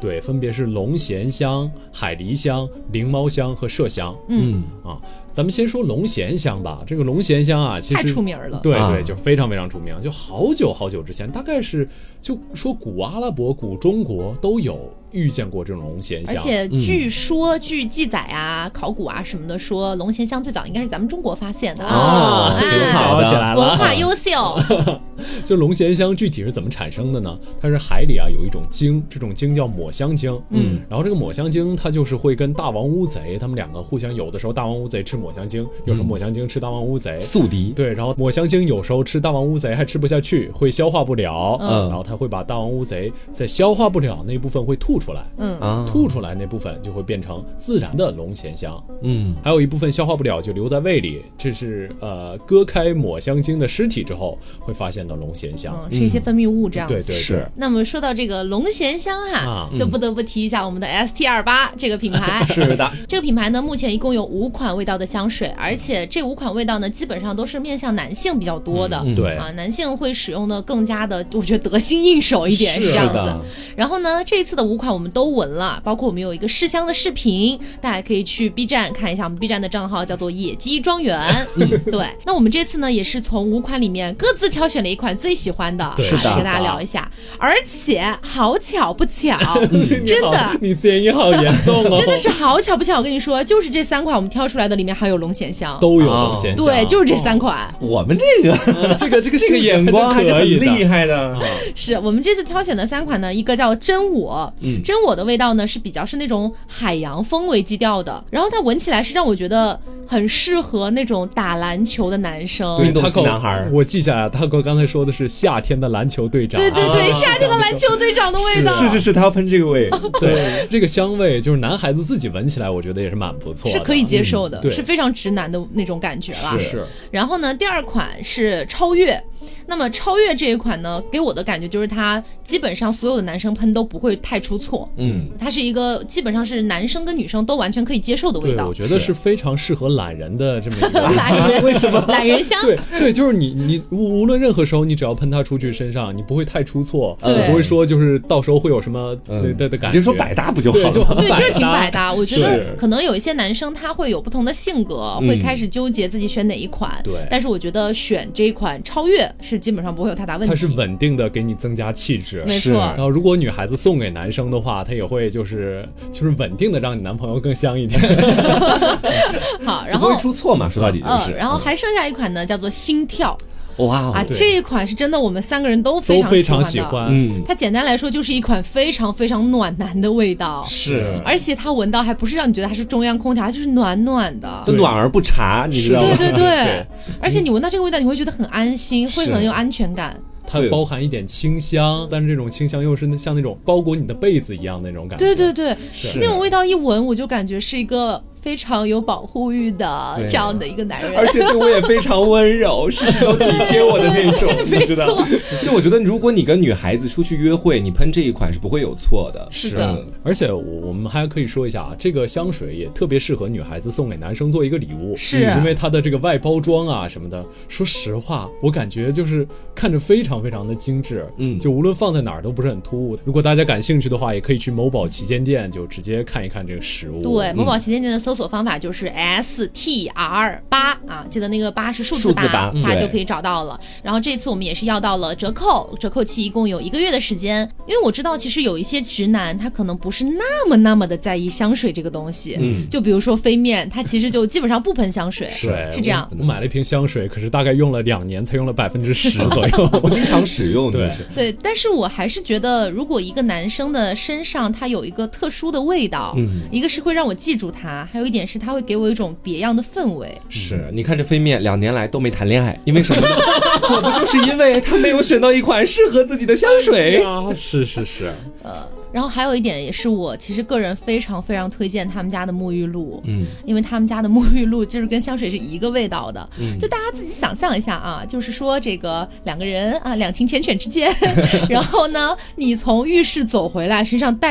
对，分别是龙涎香、海狸香、灵猫香和麝香。 嗯啊，咱们先说龙涎香吧。这个龙涎香啊，其实太出名了。 对对， 啊就非常非常出名，就好久好久之前，大概是就说古阿拉伯、古中国都有遇见过这种龙涎香。 而且据说、嗯、据记载啊、考古啊什么的说，龙涎香最早应该是咱们中国发现的啊，挺、哦、好的， 起来了， 文化优秀。 就龙涎香具体是怎么产生的呢？它是海里啊有一种精，这种精叫抹香鲸。嗯，然后这个抹香鲸它就是会跟大王乌贼他们两个互相，有的时候大王乌贼吃抹香鲸，有时候抹香鲸吃大王乌贼， 宿敌。 对，然后抹香鲸有时候吃大王乌贼还吃不下去，会消化不了，嗯，然后它会把大王乌贼在消化不了那部分会吐出来，嗯啊，吐出来那部分就会变成自然的龙涎香，嗯，还有一部分消化不了就留在胃里，这是呃割开抹香鲸的尸体之后会发现的龙涎香， 嗯，是一些分泌物这样、嗯。 对对是。 那么说到这个龙涎香哈、啊，就不得不提一下我们的 S T 二八 这个品牌。 是的， 这个品牌呢，目前一共有五款味道的香水，而且这五款味道呢，基本上都是面向男性比较多的。 嗯、对啊，男性会使用的更加的，我觉得得心应手一点，是这样子。然后呢，这一次的五款我们都闻了，包括我们有一个试香的视频，大家可以去 B 站看一下，我们 B 站的账号叫做野鸡庄园。嗯，对。那我们这次呢，也是从五款里面各自挑选了一款最喜欢的， 是的， 给大家聊一下。而且好巧不巧，嗯、真的， 你自言音好严重哦， 真的是好巧不巧。我跟你说，就是这三款我们挑出来的里面还有龙涎香， 都有龙涎香， 对，就是这三款。 哦、我们这个、 嗯、这个这个这个眼光还是很厉害的。 是我们这次挑选的三款呢，一个叫真我，嗯、真我的味道呢是比较是那种海洋风为基调的，然后它闻起来是让我觉得很适合那种打篮球的男生， 运动系男孩。 我记下来，他哥刚才说的是夏天的篮球队长， 对对对，啊、夏天的篮球队长的味道， 是是是，他要喷这个味， 对，这个香味就是男孩子自己闻起来，我觉得也是蛮不错的， 是可以接受的， 嗯、 是非常直男的那种感觉了。 是。 然后呢，第二款是超越。那么超越这一款呢，给我的感觉就是它基本上所有的男生喷都不会太出错，嗯，它是一个基本上是男生跟女生都完全可以接受的味道。 对，我觉得是非常适合懒人的这么一个懒人为什么懒人香？ 对对，就是你你无论任何时候，你只要喷它出去身上，你不会太出错， 对， 不会说就是到时候会有什么的的感觉。 你就说百搭不就好了？ 对，就是挺百搭。我觉得可能有一些男生他会有不同的性格，会开始纠结自己选哪一款。 对， 但是我觉得选这一款超越是基本上不会有太大问题。 它是稳定的给你增加气质， 没错。 然后如果女孩子送给男生的话，他也会就是就是稳定的让你男朋友更香一点。 好，然后不会出错嘛，说到底就是。 嗯、然后还剩下一款呢，叫做心跳。 哇、wow, 啊，这一款是真的，我们三个人都非常喜欢的。 都非常喜欢。 嗯，它简单来说就是一款非常非常暖男的味道。 是， 而且它闻到还不是让你觉得它是中央空调，它就是暖暖的， 就暖而不茶，你知道吗？ 对对 对, 对。而且你闻到这个味道，你会觉得很安心，会很有安全感。 它包含一点清香，但是这种清香又是像那种包裹你的被子一样那种感觉。 对对对，那种味道一闻，我就感觉是一个非常有保护欲的这样的一个男人， 而且对我也非常温柔，事事都体贴我的那种，你知道？就我觉得，如果你跟女孩子出去约会，你喷这一款是不会有错的。 是的， 而且我们还可以说一下啊，这个香水也特别适合女孩子送给男生做一个礼物， 是因为它的这个外包装啊什么的，说实话，我感觉就是看着非常非常的精致，嗯，就无论放在哪儿都不是很突兀。如果大家感兴趣的话，也可以去某宝旗舰店就直接看一看这个实物。 对，某宝旗舰店的搜索方法就是 S T R 八 啊，记得那个八是数字八，它就可以找到了。然后这次我们也是要到了折扣，折扣期一共有一个月的时间。因为我知道其实有一些直男他可能不是那么那么的在意香水这个东西，嗯，就比如说飞面，他其实就基本上不喷香水， 是是这样。 我, 我买了一瓶香水，可是大概用了两年才用了百分之十左右， 我经常使用， 对对。但是我还是觉得，如果一个男生的身上他有一个特殊的味道，嗯，一个是会让我记住他，还有一点是他会给我一种别样的氛围。 是，你看这飞面两年来都没谈恋爱，因为什么呢？我不就是因为他没有选到一款适合自己的香水啊？是是是， 呃。然后还有一点也是我其实个人非常非常推荐他们家的沐浴露，嗯，因为他们家的沐浴露就是跟香水是一个味道的，嗯，就大家自己想象一下啊，就是说这个两个人啊两情缱绻之间，然后呢你从浴室走回来，身上带着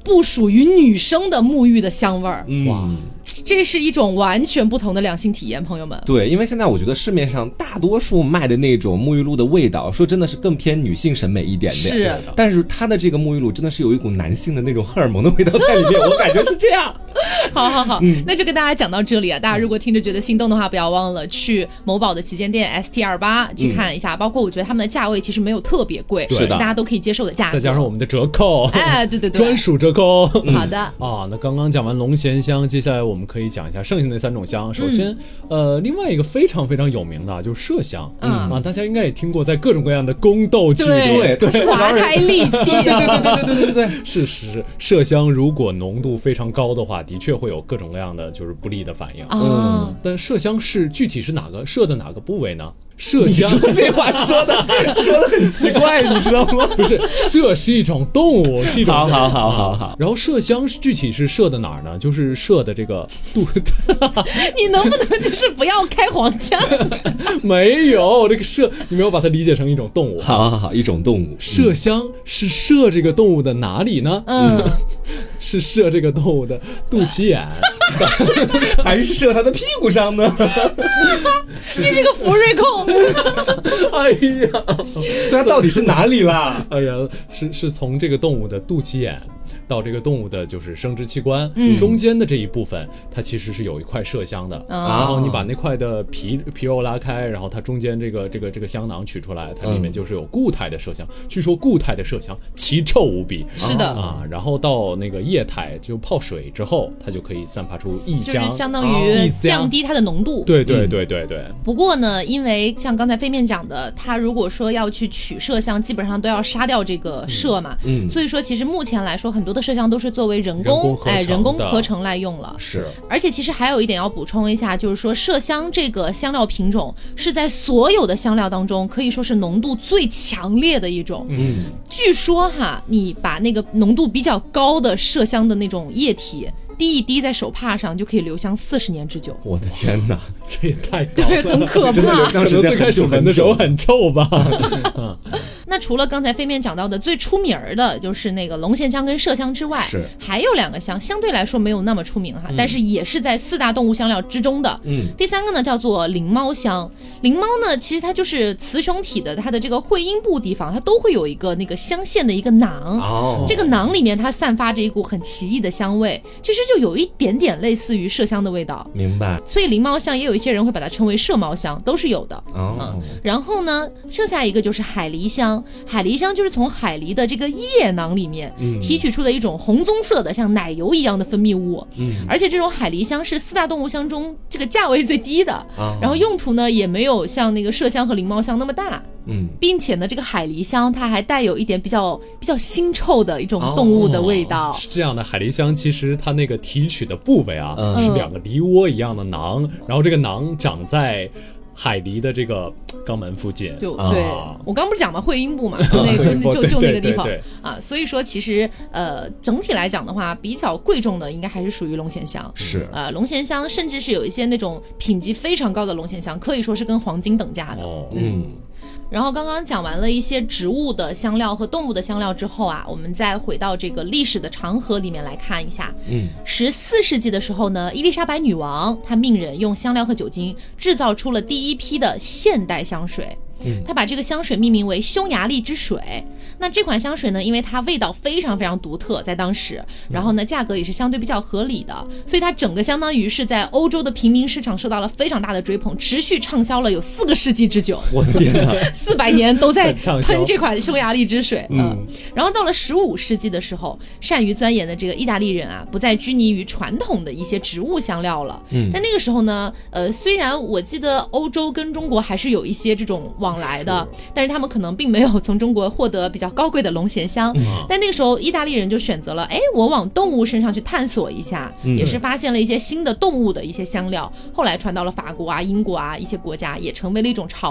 不属于女生的沐浴的香味儿。 嗯、哇， 这是一种完全不同的两性体验，朋友们。 对，因为现在我觉得市面上大多数卖的那种沐浴露的味道，说真的是更偏女性审美一点点。 是， 但是它的这个沐浴露真的是有一股男性的那种荷尔蒙的味道在里面，我感觉是这样。 好好好、嗯，那就跟大家讲到这里啊。大家如果听着觉得心动的话，不要忘了去某宝的旗舰店 S T 二十八 去看一下、嗯。包括我觉得他们的价位其实没有特别贵，是大家都可以接受的价格。 再加上我们的折扣， 哎，对对对， 专属折扣。 嗯、好的啊，那刚刚讲完龙涎香，接下来我们可以讲一下剩下那三种香。首先，嗯、呃，另外一个非常非常有名的就是麝香，嗯啊，大家应该也听过，在各种各样的宫斗剧里， 对对，华胎利器， 对对对对对对对对， 是是，麝香如果浓度非常高的话，的确会有各种各样的就是不利的反应。 嗯， 嗯但麝香是具体是哪个麝的哪个部位呢？麝香这话说的说的很奇怪，你知道吗？ 不是，麝是一种动物，是一种。 好好好好好。 然后麝香具体是麝的哪儿呢？就是麝的这个肚子。 你能不能就是不要开黄腔？ 没有，这个麝你没有把它理解成一种动物。 好好好，一种动物。 麝香是麝这个动物的哪里呢？ 嗯， 是麝这个动物的肚脐眼， 还是麝它的屁股上呢？ 你是个福瑞控。 哎呀， 所以它到底是哪里啦？ 哎呀，是是从这个动物的肚脐眼到这个动物的就是生殖器官、 嗯、 中间的这一部分，它其实是有一块麝香的、哦、然后你把那块的皮皮肉拉开，然后它中间这个这个这个香囊取出来，它里面就是有固态的麝香、嗯、据说固态的麝香奇臭无比， 是的啊，然后到那个液态就泡水之后，它就可以散发出异香， 就是相当于降低它的浓度、 哦、对对对对对、 嗯、不过呢，因为像刚才飞面讲的，它如果说要去取麝香，基本上都要杀掉这个麝嘛、 嗯嗯、 所以说其实目前来说很多的麝香都是作为人工哎人工合成来用了。 是， 而且其实还有一点要补充一下，就是说麝香这个香料品种是在所有的香料当中可以说是浓度最强烈的一种。 嗯， 据说哈，你把那个浓度比较高的麝香的那种液体滴一滴在手帕上，就可以留香四十年之久。 我的天哪， 这也太高了， 对，很可怕。 真的留香时间最开始闻的时候很臭吧？ 嗯那除了刚才飞面讲到的最出名的就是那个龙涎香跟麝香之外， 是还有两个香相对来说没有那么出名哈、嗯，但是也是在四大动物香料之中的。 嗯， 第三个呢叫做灵猫香。灵猫呢，其实它就是雌雄体的它的这个会阴部地方，它都会有一个那个香腺的一个囊。 哦， 这个囊里面它散发着一股很奇异的香味，其实就有一点点类似于麝香的味道。 明白。 所以灵猫香也有一些人会把它称为麝猫香，都是有的。 哦、 嗯，然后呢，剩下一个就是海狸香。海狸香就是从海狸的这个液囊里面提取出的一种红棕色的像奶油一样的分泌物。 嗯， 而且这种海狸香是四大动物香中这个价位最低的。 哦、 然后用途呢也没有像那个麝香和灵猫香那么大。 嗯， 并且呢，这个海狸香它还带有一点比较比较腥臭的一种动物的味道。 哦、是这样的，海狸香其实它那个提取的部位啊， 嗯、 是两个梨窝一样的囊，然后这个囊长在海狸的这个肛门附近。 就对、啊、我刚不是讲嘛，会阴部嘛，那就就就那个地方啊。所以说其实呃整体来讲的话，比较贵重的应该还是属于龙涎香。 是呃龙涎香甚至是有一些那种品级非常高的龙涎香，可以说是跟黄金等价的。 哦、 嗯。然后刚刚讲完了一些植物的香料和动物的香料之后啊，我们再回到这个历史的长河里面来看一下。 嗯， 十四世纪的时候呢，伊丽莎白女王她命人用香料和酒精制造出了第一批的现代香水。他把这个香水命名为匈牙利之水。那这款香水呢，因为它味道非常非常独特，在当时，然后呢价格也是相对比较合理的，所以它整个相当于是在欧洲的平民市场受到了非常大的追捧，持续畅销了有四个世纪之久。 我的天哪， 四百年都在喷这款匈牙利之水。嗯，嗯然后到了十五世纪的时候，善于钻研的这个意大利人啊，不再拘泥于传统的一些植物香料了。 嗯， 但那个时候呢，呃，虽然我记得欧洲跟中国还是有一些这种往来的，但是他们可能并没有从中国获得比较高贵的龙涎香。嗯、但那个时候意大利人就选择了，哎，我往动物身上去探索一下，嗯、也是发现了一些新的动物的一些香料，后来传到了法国啊、英国啊一些国家，也成为了一种潮流。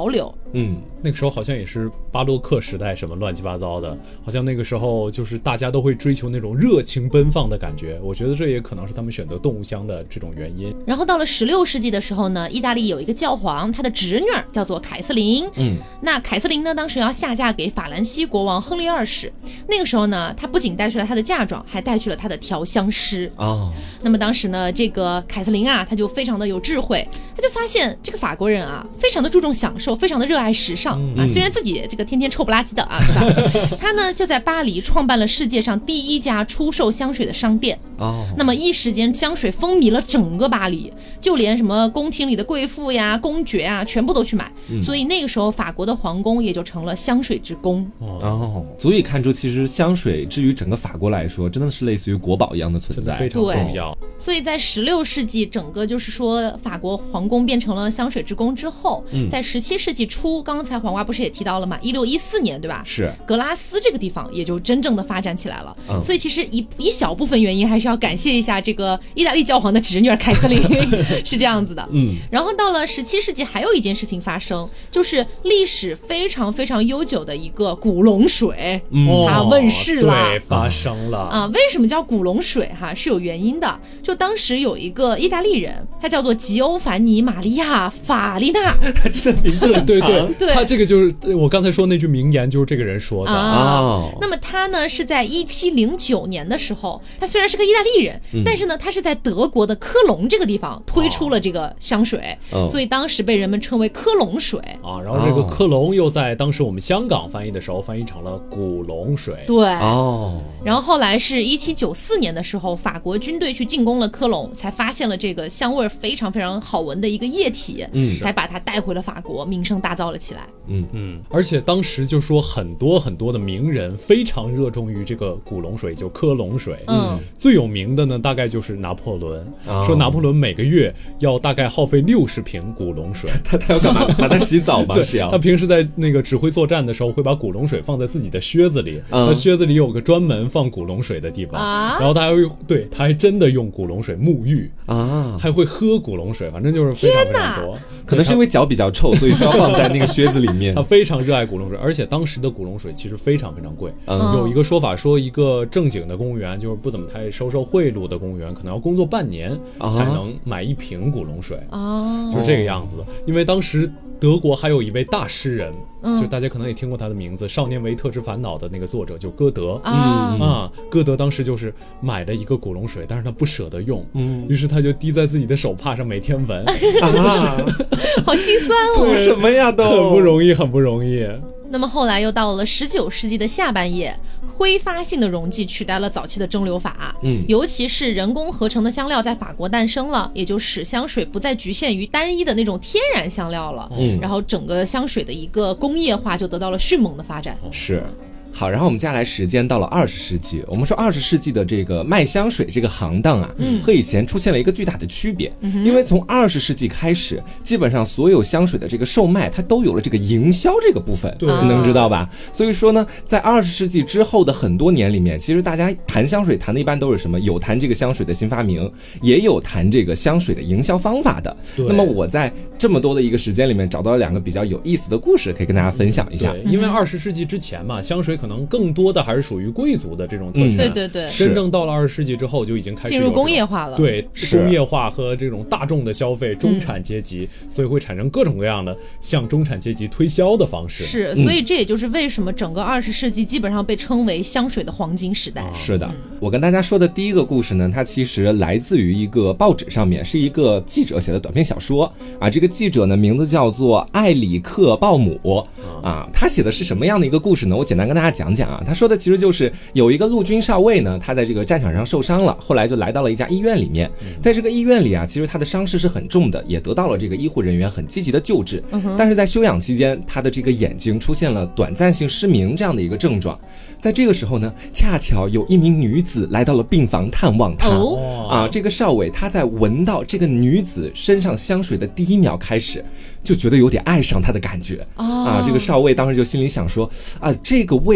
嗯， 那个时候好像也是巴洛克时代，什么乱七八糟的，好像那个时候就是大家都会追求那种热情奔放的感觉。我觉得这也可能是他们选择动物乡的这种原因。 然后到了十六世纪的时候呢，意大利有一个教皇，他的侄女叫做凯瑟琳。嗯，那凯瑟琳呢，当时要下嫁给法兰西国王亨利二世。那个时候呢，她不仅带去了她的嫁妆，还带去了她的调香师。哦，那么当时呢，这个凯瑟琳啊，她就非常的有智慧，她就发现这个法国人啊，非常的注重享受，非常的热爱时尚、嗯、啊。虽然自己这个天天臭不拉几的啊，对吧？他呢就在巴黎创办了世界上第一家出售香水的商店。哦，那么一时间香水风靡了整个巴黎，就连什么宫廷里的贵妇呀、公爵啊，全部都去买。嗯、所以那个时候法国的皇宫也就成了香水之宫。 哦，足以看出其实香水至于整个法国来说，真的是类似于国宝一样的存在， 非常重要。 所以在十六世纪，整个就是说法国皇宫变成了香水之宫之后，嗯、在十七世纪初，刚才黄瓜不是也提到了嘛，一六一四年，对吧？ 是格拉斯这个地方也就真正的发展起来了。嗯、所以其实一一小部分原因还是要感谢一下这个意大利教皇的侄女凯瑟琳，是这样子的。嗯，然后到了十七世纪，还有一件事情发生，就是历史非常非常悠久的一个古龙水，嗯、它问世了， 对，发生了啊。为什么叫古龙水？哈，是有原因的。就当时有一个意大利人，他叫做吉欧凡尼·玛利亚·法利纳， 他真的名字很长。 对对对，他这个就是我刚才说那句名言，就是这个人说的啊。哦、那么他呢是在一七零九年的时候，他虽然是个意大利人，嗯、但是呢他是在德国的科隆这个地方推出了这个香水，哦、所以当时被人们称为科隆水啊。然后这个科隆又在当时我们香港翻译的时候翻译成了古龙水。 对哦。然后后来是一七九四年的时候，法国军队去进攻了科隆，才发现了这个香味非常非常好闻的一个液体，嗯，才把它带回了法国，名声大噪了起来。 嗯嗯，而且当时就说很多很多的名人非常热衷于这个古龙水，就科隆水。嗯，最有名的呢，大概就是拿破仑。哦、说拿破仑每个月要大概耗费六十瓶古龙水。 他他要干嘛？把他洗澡吧？是要。 他平时在那个指挥作战的时候，会把古龙水放在自己的靴子里。嗯，他靴子里有个专门放古龙水的地方。啊、然后他还会对，他还真的用古龙水沐浴啊，还会喝古龙水，反正就是非常非常多。 可能是因为脚比较臭，所以需要放在那个靴子里面。 他非常热爱古龙水，而且当时的古龙水其实非常非常贵。嗯，有一个说法说，一个正经的公务员，就是不怎么太收受贿赂的公务员，可能要工作半年才能买一瓶古龙水。啊，就是这个样子。因为当时德国还有一位大诗人，嗯、就大家可能也听过他的名字，《少年维特之烦恼》的那个作者，就歌德。啊、嗯、啊，歌德当时就是买了一个古龙水，但是他不舍得用，嗯，于是他就滴在自己的手帕上，每天闻。啊， 好心酸哦！ 图什么呀都？ 很不容易，很不容易。 那么后来又到了十九世纪的下半叶，挥发性的溶剂取代了早期的蒸馏法，嗯，尤其是人工合成的香料在法国诞生了，也就使香水不再局限于单一的那种天然香料了，嗯，然后整个香水的一个工业化就得到了迅猛的发展。 是。好，然后我们接下来时间到了二十世纪，我们说二十世纪的这个卖香水这个行当啊，嗯，和以前出现了一个巨大的区别，嗯、因为从二十世纪开始，基本上所有香水的这个售卖，它都有了这个营销这个部分，对，能知道吧？所以说呢，在二十世纪之后的很多年里面，其实大家谈香水谈的一般都是什么？有谈这个香水的新发明，也有谈这个香水的营销方法的。那么我在这么多的一个时间里面，找到了两个比较有意思的故事，可以跟大家分享一下。 对，因为二十世纪之前嘛，香水可能更多的还是属于贵族的这种特权，嗯、 对对对。 真正到了二十世纪之后，就已经开始进入工业化了。 对，工业化和这种大众的消费，中产阶级，嗯、所以会产生各种各样的向中产阶级推销的方式。 是，所以这也就是为什么整个二十世纪基本上被称为香水的黄金时代。 嗯、是的，嗯、我跟大家说的第一个故事呢，它其实来自于一个报纸上面，是一个记者写的短篇小说啊。这个记者呢，名字叫做艾里克·鲍姆啊。他写的是什么样的一个故事呢？我简单跟大家讲讲啊。他说的其实就是有一个陆军少尉呢，他在这个战场上受伤了，后来就来到了一家医院里面。在这个医院里啊，其实他的伤势是很重的，也得到了这个医护人员很积极的救治。嗯、但是在休养期间，他的这个眼睛出现了短暂性失明这样的一个症状。在这个时候呢，恰巧有一名女子来到了病房探望他。哦、啊，这个少尉他在闻到这个女子身上香水的第一秒开始，就觉得有点爱上她的感觉。哦、啊，这个少尉当时就心里想说啊，这个味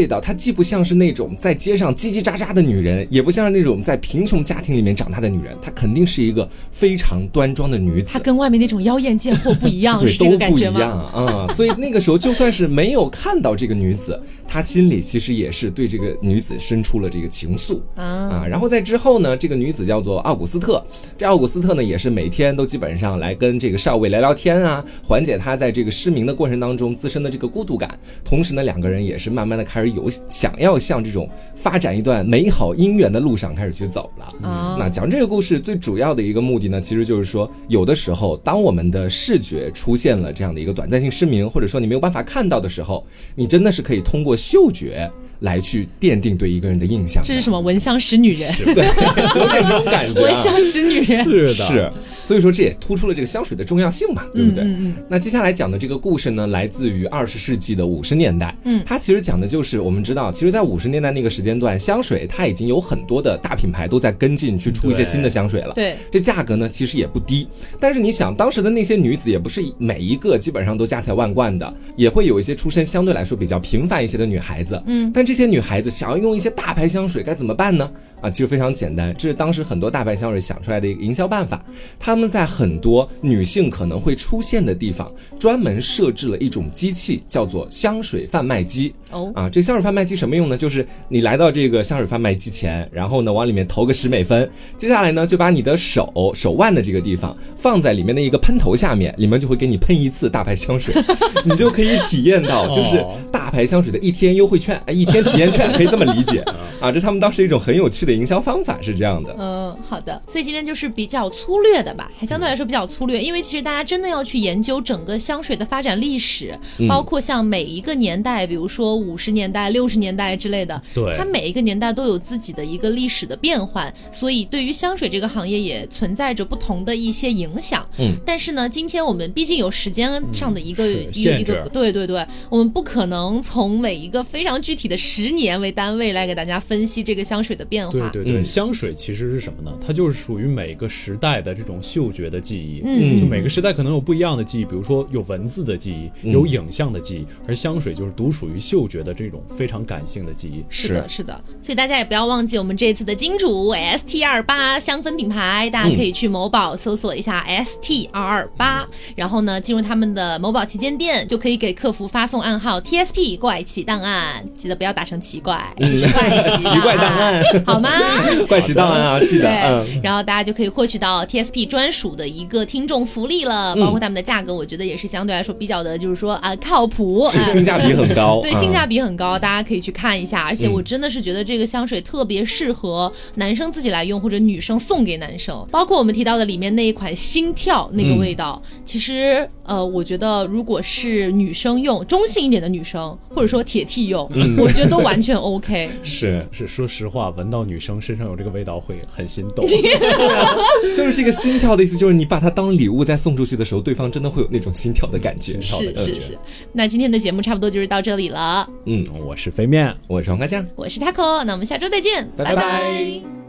味道，她既不像是那种在街上叽叽喳喳的女人，也不像是那种在贫穷家庭里面长大的女人，她肯定是一个非常端庄的女子。 她跟外面那种妖艳贱货不一样， 对， 是这个感觉吗？ 都不一样啊、嗯！所以那个时候就算是没有看到这个女子，她心里其实也是对这个女子生出了这个情愫啊。啊然后在之后呢，这个女子叫做奥古斯特，这奥古斯特呢也是每天都基本上来跟这个少尉聊聊天啊，缓解他在这个失明的过程当中自身的这个孤独感。同时呢，两个人也是慢慢的开始有想要向这种发展一段美好姻缘的路上开始去走了。嗯、那讲这个故事最主要的一个目的呢，其实就是说，有的时候当我们的视觉出现了这样的一个短暂性失明，或者说你没有办法看到的时候，你真的是可以通过嗅觉来去奠定对一个人的印象。 这是什么闻香识女人？ 对，有点这种感觉、啊。 闻香识女人， 是的， 是。所以说这也突出了这个香水的重要性嘛，对不对？嗯嗯嗯那接下来讲的这个故事呢，来自于二十世纪的五十年代。嗯，它其实讲的就是我们知道，其实，在五十年代那个时间段，香水它已经有很多的大品牌都在跟进去出一些新的香水了。 对， 这价格呢其实也不低。但是你想，当时的那些女子也不是每一个基本上都家财万贯的，也会有一些出身相对来说比较平凡一些的女孩子。嗯，但这些女孩子想要用一些大牌香水该怎么办呢？啊，其实非常简单，这是当时很多大牌香水想出来的一个营销办法。他们在很多女性可能会出现的地方，专门设置了一种机器，叫做香水贩卖机。哦，啊，这香水贩卖机什么用呢？就是你来到这个香水贩卖机前，然后呢往里面投个十美分，接下来呢就把你的手手腕的这个地方放在里面的一个喷头下面，里面就会给你喷一次大牌香水，你就可以体验到就是大牌香水的一天优惠券，哎，一天体验券，可以这么理解啊。这是他们当时一种很有趣的营销方法，是这样的。 嗯，好的。所以今天就是比较粗略的吧，还相对来说比较粗略，因为其实大家真的要去研究整个香水的发展历史，嗯、包括像每一个年代，比如说五十年代、六十年代之类的， 对， 它每一个年代都有自己的一个历史的变换，所以对于香水这个行业也存在着不同的一些影响。嗯，但是呢，今天我们毕竟有时间上的一个、嗯、一个一个，对对对，我们不可能从每一个非常具体的十年为单位来给大家分析这个香水的变化。 对对对，嗯、香水其实是什么呢？它就是属于每个时代的这种嗅觉的记忆。嗯，就每个时代可能有不一样的记忆，比如说有文字的记忆，有影像的记忆，嗯、而香水就是独属于嗅觉的这种非常感性的记忆。 是的，是的。所以大家也不要忘记我们这次的金主 S T 二八 香氛品牌，大家可以去某宝搜索一下 S T 二二八，然后呢进入他们的某宝旗舰店，就可以给客服发送暗号 T S P 怪奇档案，记得不要打成奇怪，嗯、怪奇奇怪档案， 好吗？ 怪奇档案啊，记得。 对，然后大家就可以获取到 T S P 专属的一个听众福利了，包括他们的价格，我觉得也是相对来说比较的，就是说啊、呃、靠谱， 是性价比很高。 对，性价比很高，大家可以去看一下。而且我真的是觉得这个香水特别适合男生自己来用，或者女生送给男生。包括我们提到的里面那一款心跳那个味道，嗯、其实呃，我觉得如果是女生用，中性一点的女生，或者说铁 T 用，嗯、我觉得都完全 OK。 是是，说实话，闻到女生身上有这个味道会很心动。 就是这个心跳的意思，就是你把它当礼物再送出去的时候，对方真的会有那种心跳的感觉。 是是是。那今天的节目差不多就是到这里了。 嗯， 我是飞面， 我是黄瓜酱， 我是 Taco， 那我们下周再见， 拜拜。拜拜。